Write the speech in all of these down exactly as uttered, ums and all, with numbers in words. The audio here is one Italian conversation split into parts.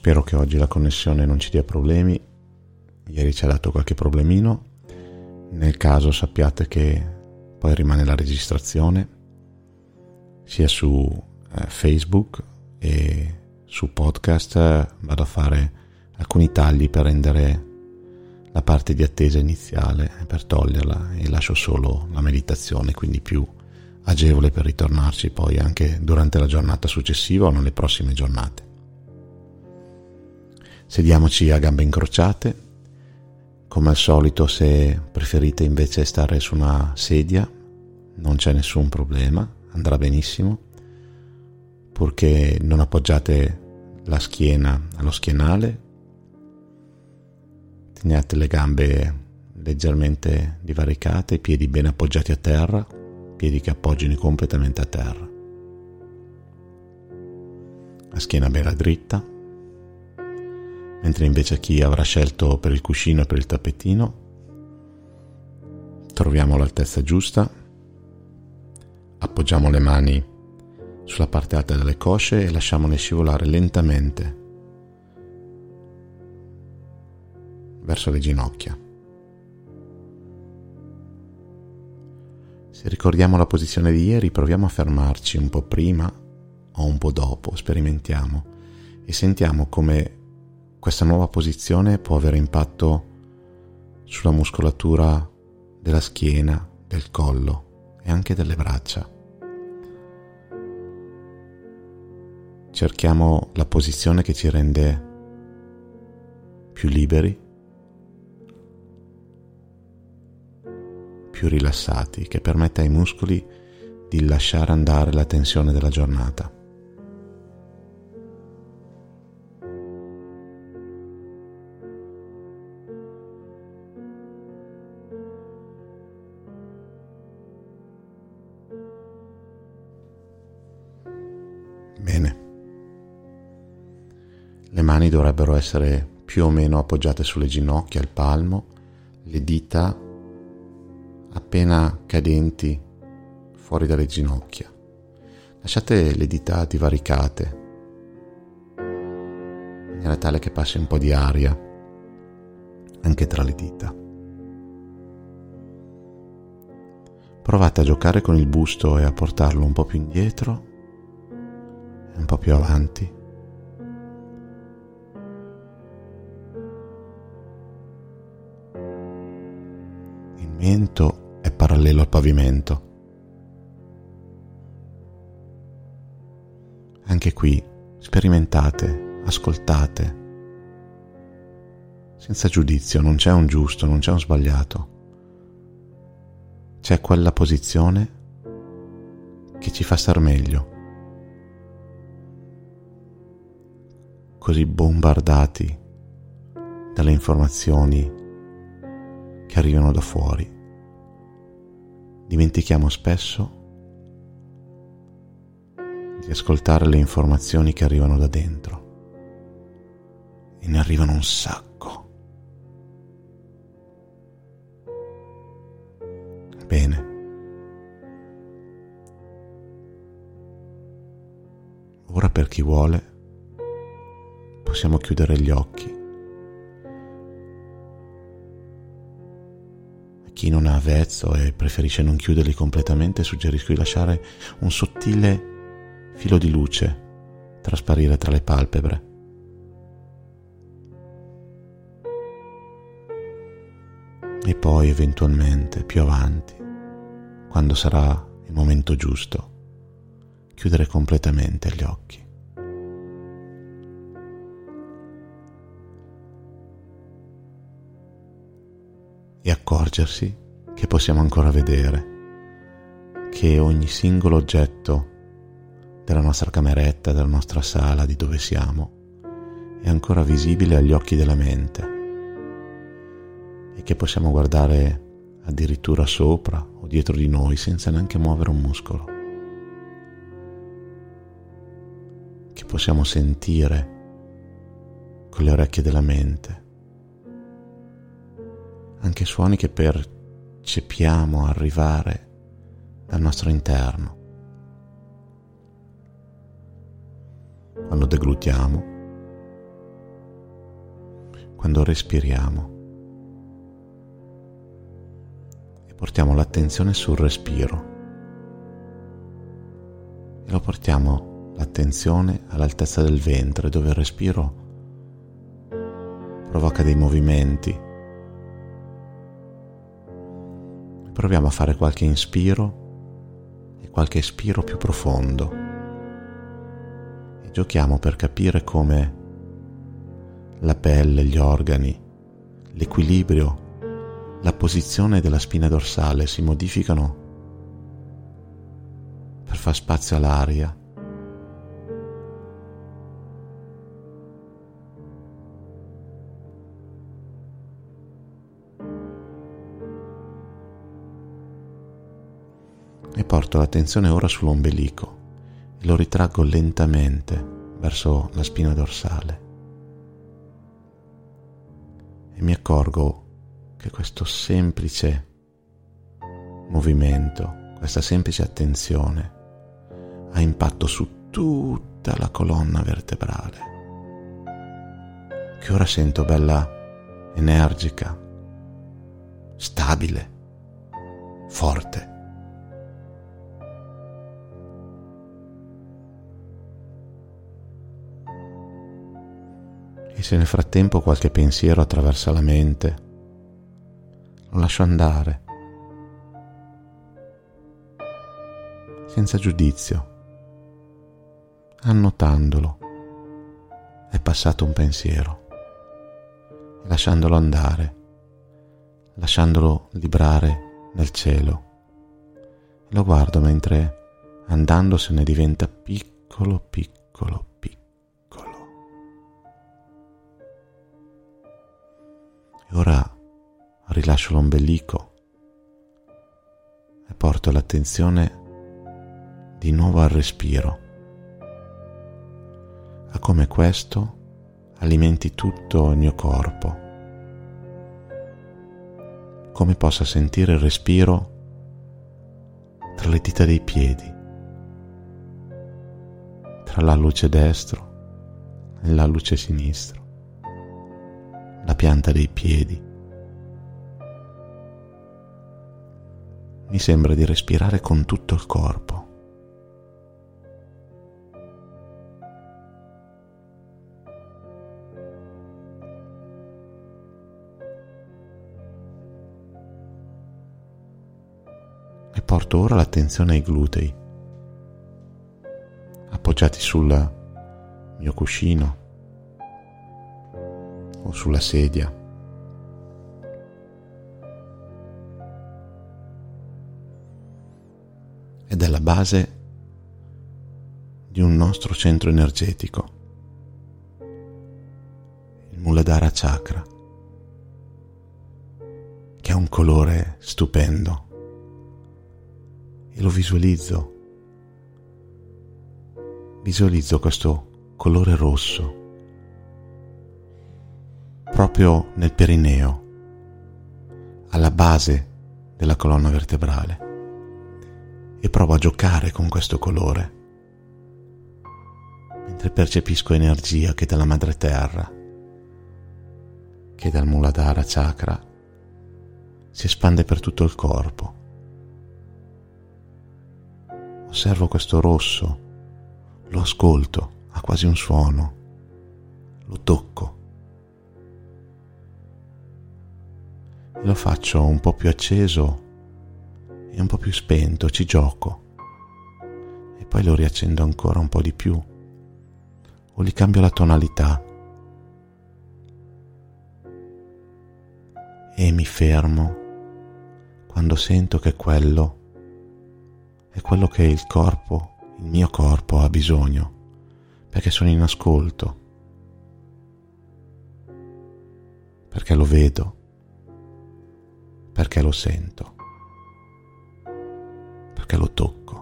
Spero che oggi la connessione non ci dia problemi. Ieri ci ha dato qualche problemino. Nel caso sappiate che poi rimane la registrazione sia su eh, Facebook e su podcast. Eh, vado a fare alcuni tagli per rendere la parte di attesa iniziale, per toglierla, e lascio solo la meditazione, quindi più agevole per ritornarci poi anche durante la giornata successiva o nelle prossime giornate. Sediamoci a gambe incrociate. Come al solito, se preferite invece stare su una sedia, non c'è nessun problema, andrà benissimo, purché non appoggiate la schiena allo schienale, teniate le gambe leggermente divaricate, i piedi ben appoggiati a terra, piedi che appoggino completamente a terra, la schiena bella dritta. Mentre invece chi avrà scelto per il cuscino e per il tappetino, troviamo l'altezza giusta, appoggiamo le mani sulla parte alta delle cosce e lasciamole scivolare lentamente verso le ginocchia. Se ricordiamo la posizione di ieri, proviamo a fermarci un po' prima o un po' dopo, sperimentiamo e sentiamo come questa nuova posizione può avere impatto sulla muscolatura della schiena, del collo e anche delle braccia. Cerchiamo la posizione che ci rende più liberi, più rilassati, che permette ai muscoli di lasciare andare la tensione della giornata. Bene. Le mani dovrebbero essere più o meno appoggiate sulle ginocchia, il palmo, le dita appena cadenti fuori dalle ginocchia. Lasciate le dita divaricate, in maniera tale che passi un po' di aria anche tra le dita. Provate a giocare con il busto e a portarlo un po' più indietro e un po' più avanti. Il mento è parallelo al pavimento. Anche qui sperimentate, ascoltate, senza giudizio, non c'è un giusto, non c'è un sbagliato. C'è quella posizione che ci fa star meglio, così bombardati dalle informazioni che arrivano da fuori. Dimentichiamo spesso di ascoltare le informazioni che arrivano da dentro, e ne arrivano un sacco. Bene. Ora, per chi vuole, possiamo chiudere gli occhi. A chi non ha avvezzo e preferisce non chiuderli completamente, suggerisco di lasciare un sottile filo di luce trasparire tra le palpebre. E poi eventualmente più avanti, quando sarà il momento giusto, chiudere completamente gli occhi. E accorgersi che possiamo ancora vedere, che ogni singolo oggetto della nostra cameretta, della nostra sala, di dove siamo, è ancora visibile agli occhi della mente, e che possiamo guardare addirittura sopra o dietro di noi senza neanche muovere un muscolo, che possiamo sentire con le orecchie della mente, anche suoni che percepiamo arrivare dal nostro interno. Quando deglutiamo, quando respiriamo e portiamo l'attenzione sul respiro e lo portiamo l'attenzione all'altezza del ventre, dove il respiro provoca dei movimenti. Proviamo a fare qualche inspiro e qualche espiro più profondo e giochiamo per capire come la pelle, gli organi, l'equilibrio, la posizione della spina dorsale si modificano per far spazio all'aria. E porto l'attenzione ora sull'ombelico e lo ritraggo lentamente verso la spina dorsale. E mi accorgo che questo semplice movimento, questa semplice attenzione ha impatto su tutta la colonna vertebrale, che ora sento bella energica, stabile, forte. E se nel frattempo qualche pensiero attraversa la mente, lo lascio andare, senza giudizio, annotandolo. È passato un pensiero, e lasciandolo andare, lasciandolo librare nel cielo. E lo guardo mentre andandosene diventa piccolo, piccolo, piccolo. E ora rilascio l'ombelico e porto l'attenzione di nuovo al respiro, a come questo alimenti tutto il mio corpo, come possa sentire il respiro tra le dita dei piedi, tra l'alluce destro e l'alluce sinistro, la pianta dei piedi. Mi sembra di respirare con tutto il corpo. E porto ora l'attenzione ai glutei, appoggiati sul mio cuscino o sulla sedia. Ed è la base di un nostro centro energetico, il Muladhara Chakra, che ha un colore stupendo e lo visualizzo. Visualizzo questo colore rosso proprio nel perineo, alla base della colonna vertebrale, e provo a giocare con questo colore mentre percepisco energia che dalla madre terra, che dal Muladhara Chakra si espande per tutto il corpo. Osservo questo rosso, lo ascolto, ha quasi un suono, lo tocco e lo faccio un po' più acceso e un po' più spento, ci gioco e poi lo riaccendo ancora un po' di più o gli cambio la tonalità e mi fermo quando sento che quello è quello che il corpo, il mio corpo ha bisogno, perché sono in ascolto, perché lo vedo, perché lo sento, perché lo tocco.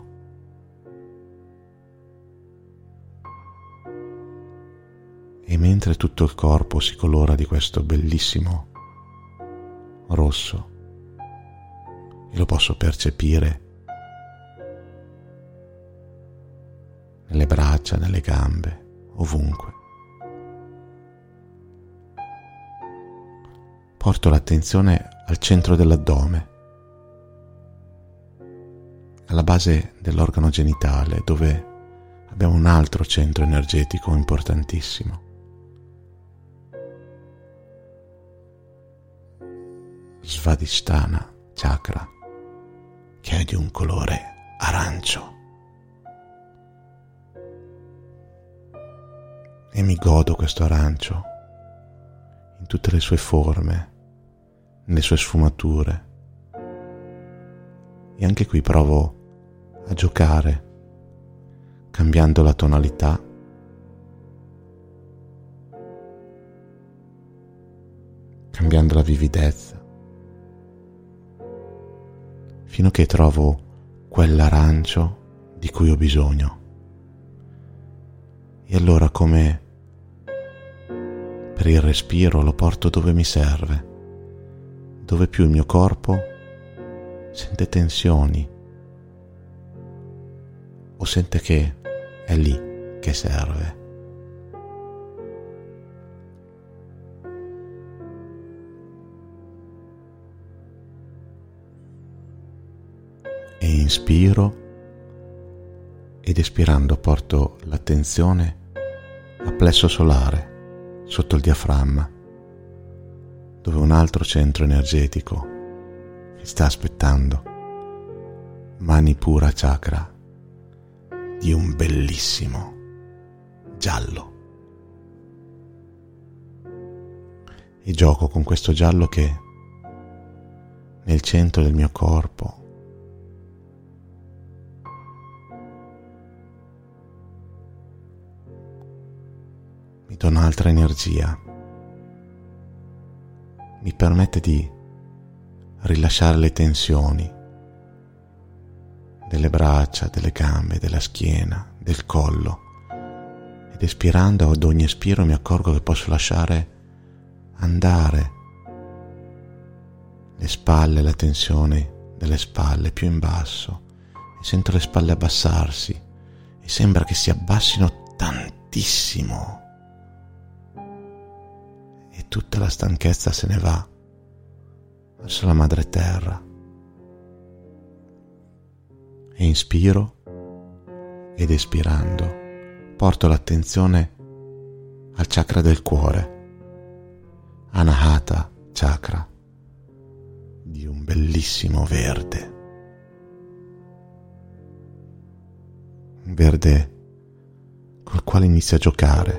E mentre tutto il corpo si colora di questo bellissimo rosso, e lo posso percepire nelle braccia, nelle gambe, ovunque. porto l'attenzione al centro dell'addome, alla base dell'organo genitale, dove abbiamo un altro centro energetico importantissimo. Svadhisthana chakra, che è di un colore arancio. E mi godo questo arancio in tutte le sue forme, nelle sue sfumature. E anche qui provo a giocare, cambiando la tonalità, cambiando la vividezza, fino a che trovo quell'arancio di cui ho bisogno. E allora, come per il respiro, lo porto dove mi serve, dove più il mio corpo sente tensioni o sente che è lì che serve. E inspiro ed espirando porto l'attenzione al plesso solare sotto il diaframma, dove un altro centro energetico mi sta aspettando, Manipura chakra, di un bellissimo giallo. E gioco con questo giallo che nel centro del mio corpo mi dà un'altra energia, mi permette di rilasciare le tensioni delle braccia, delle gambe, della schiena, del collo, ed espirando ad ogni espiro mi accorgo che posso lasciare andare le spalle, la tensione delle spalle più in basso, e sento le spalle abbassarsi e sembra che si abbassino tantissimo e tutta la stanchezza se ne va verso la madre terra. E inspiro ed espirando porto l'attenzione al chakra del cuore, Anahata chakra, di un bellissimo verde, un verde col quale inizio a giocare.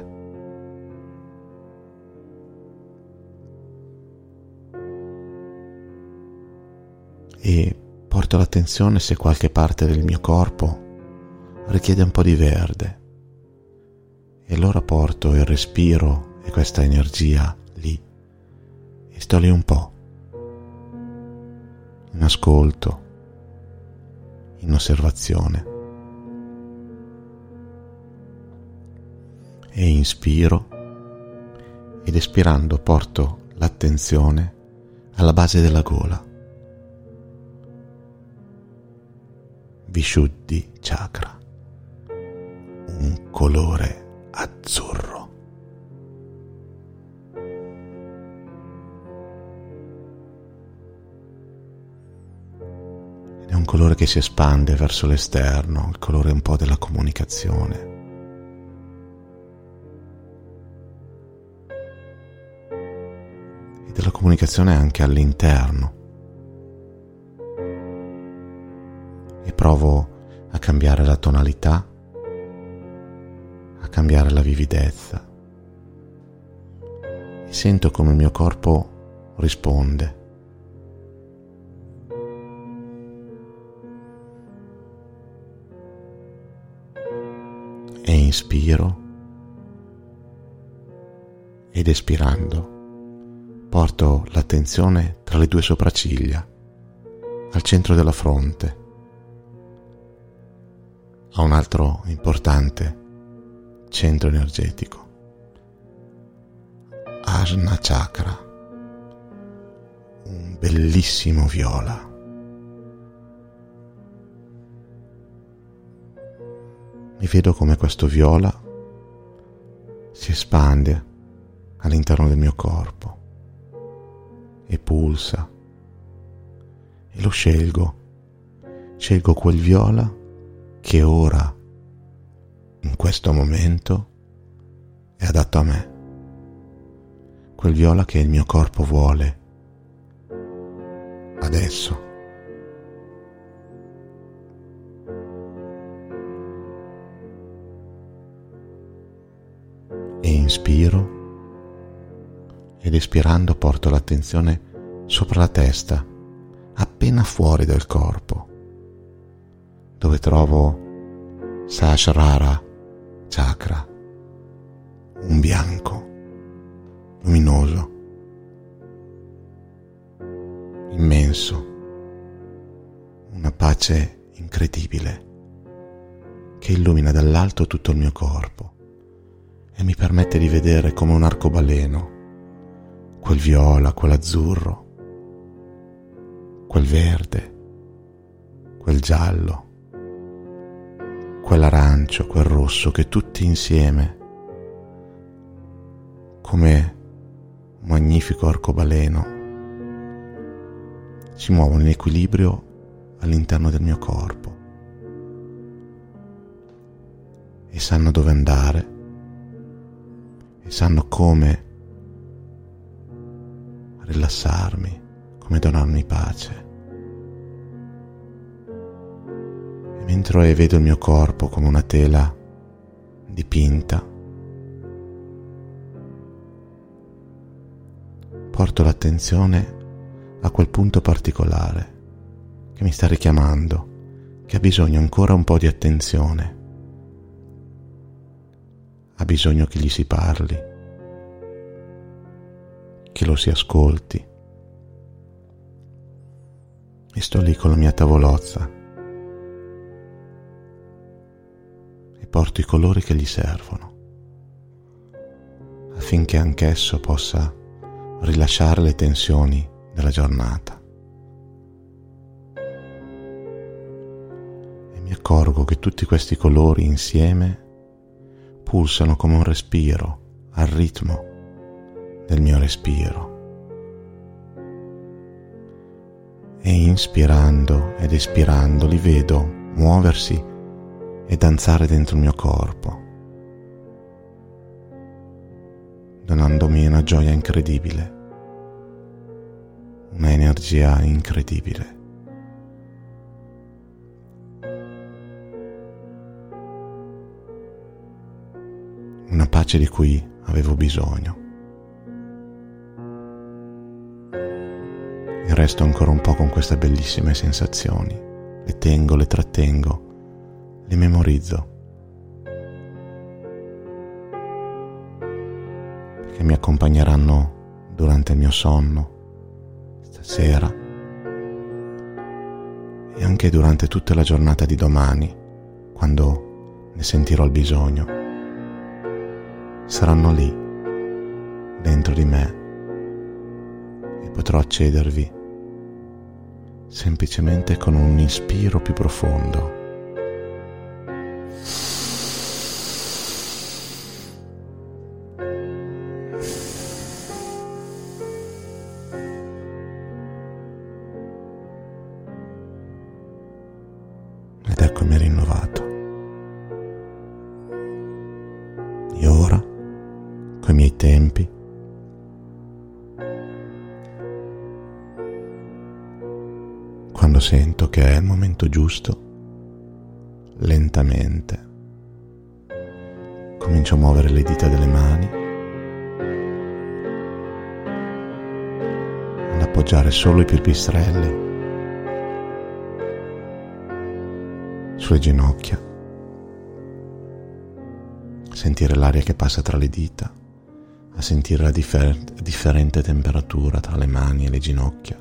E porto l'attenzione se qualche parte del mio corpo richiede un po' di verde, e allora porto il respiro e questa energia lì e sto lì un po', in ascolto, in osservazione. E inspiro ed espirando porto l'attenzione alla base della gola, Vishuddhi chakra, un colore azzurro. Ed è un colore che si espande verso l'esterno, il colore un po' della comunicazione. E della comunicazione anche all'interno. E provo a cambiare la tonalità, a cambiare la vividezza, e sento come il mio corpo risponde. E inspiro ed espirando porto l'attenzione tra le due sopracciglia, al centro della fronte, a un altro importante centro energetico, Ajna chakra, un bellissimo viola. Mi vedo come questo viola si espande all'interno del mio corpo e pulsa, e lo scelgo, scelgo quel viola che ora, in questo momento, è adatto a me, quel viola che il mio corpo vuole adesso. E inspiro ed espirando porto l'attenzione sopra la testa, appena fuori dal corpo, dove trovo Sahasrara Chakra, un bianco luminoso, immenso, una pace incredibile che illumina dall'alto tutto il mio corpo e mi permette di vedere come un arcobaleno quel viola, quell'azzurro, quel verde, quel giallo, quell'arancio, quel rosso, che tutti insieme, come un magnifico arcobaleno, si muovono in equilibrio all'interno del mio corpo e sanno dove andare e sanno come rilassarmi, come donarmi pace. E mentre vedo il mio corpo come una tela dipinta, porto l'attenzione a quel punto particolare che mi sta richiamando, che ha bisogno ancora un po' di attenzione, ha bisogno che gli si parli, che lo si ascolti. E sto lì con la mia tavolozza e porto i colori che gli servono, affinché anch'esso possa rilasciare le tensioni della giornata. E mi accorgo che tutti questi colori insieme pulsano come un respiro, al ritmo del mio respiro. E inspirando ed espirando li vedo muoversi e danzare dentro il mio corpo, donandomi una gioia incredibile, una energia incredibile. Una pace di cui avevo bisogno. E resto ancora un po' con queste bellissime sensazioni. Le tengo, le trattengo, le memorizzo, perché mi accompagneranno durante il mio sonno, stasera, e anche durante tutta la giornata di domani, quando ne sentirò il bisogno. Saranno lì, dentro di me, e potrò accedervi semplicemente con un inspiro più profondo. Ed eccomi rinnovato. E ora, coi miei tempi, quando sento che è il momento giusto, lentamente comincio a muovere le dita delle mani, ad appoggiare solo i pipistrelli sulle ginocchia, a sentire l'aria che passa tra le dita, a sentire la differ- differente temperatura tra le mani e le ginocchia,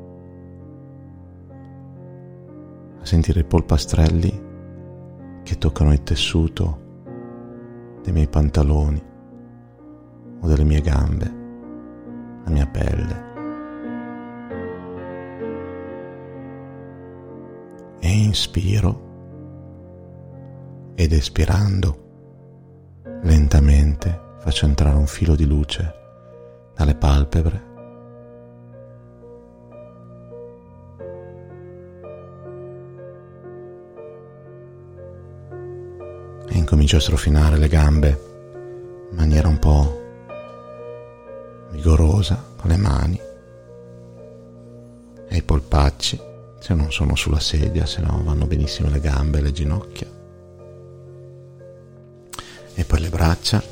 a sentire i polpastrelli che toccano il tessuto dei miei pantaloni o delle mie gambe, la mia pelle. E inspiro ed espirando lentamente faccio entrare un filo di luce dalle palpebre comincio a strofinare le gambe in maniera un po' vigorosa con le mani e i polpacci, se non sono sulla sedia, se no vanno benissimo le gambe e le ginocchia, e poi le braccia,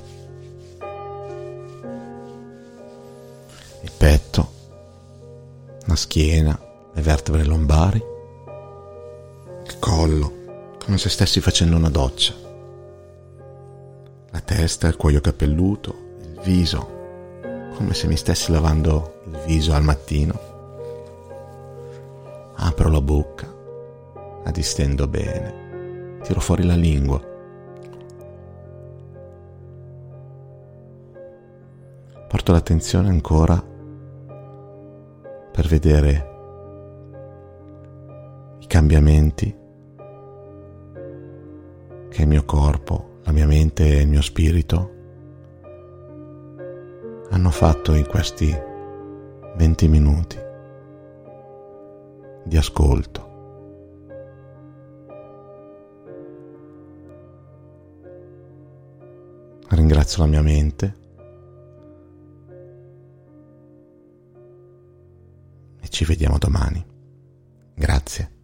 il petto, la schiena, le vertebre lombari, il collo, come se stessi facendo una doccia, la testa, il cuoio capelluto, il viso, come se mi stessi lavando il viso al mattino. Apro la bocca, la distendo bene, tiro fuori la lingua. Porto l'attenzione ancora per vedere i cambiamenti che il mio corpo, la mia mente e il mio spirito hanno fatto in questi venti minuti di ascolto. Ringrazio la mia mente e ci vediamo domani. Grazie.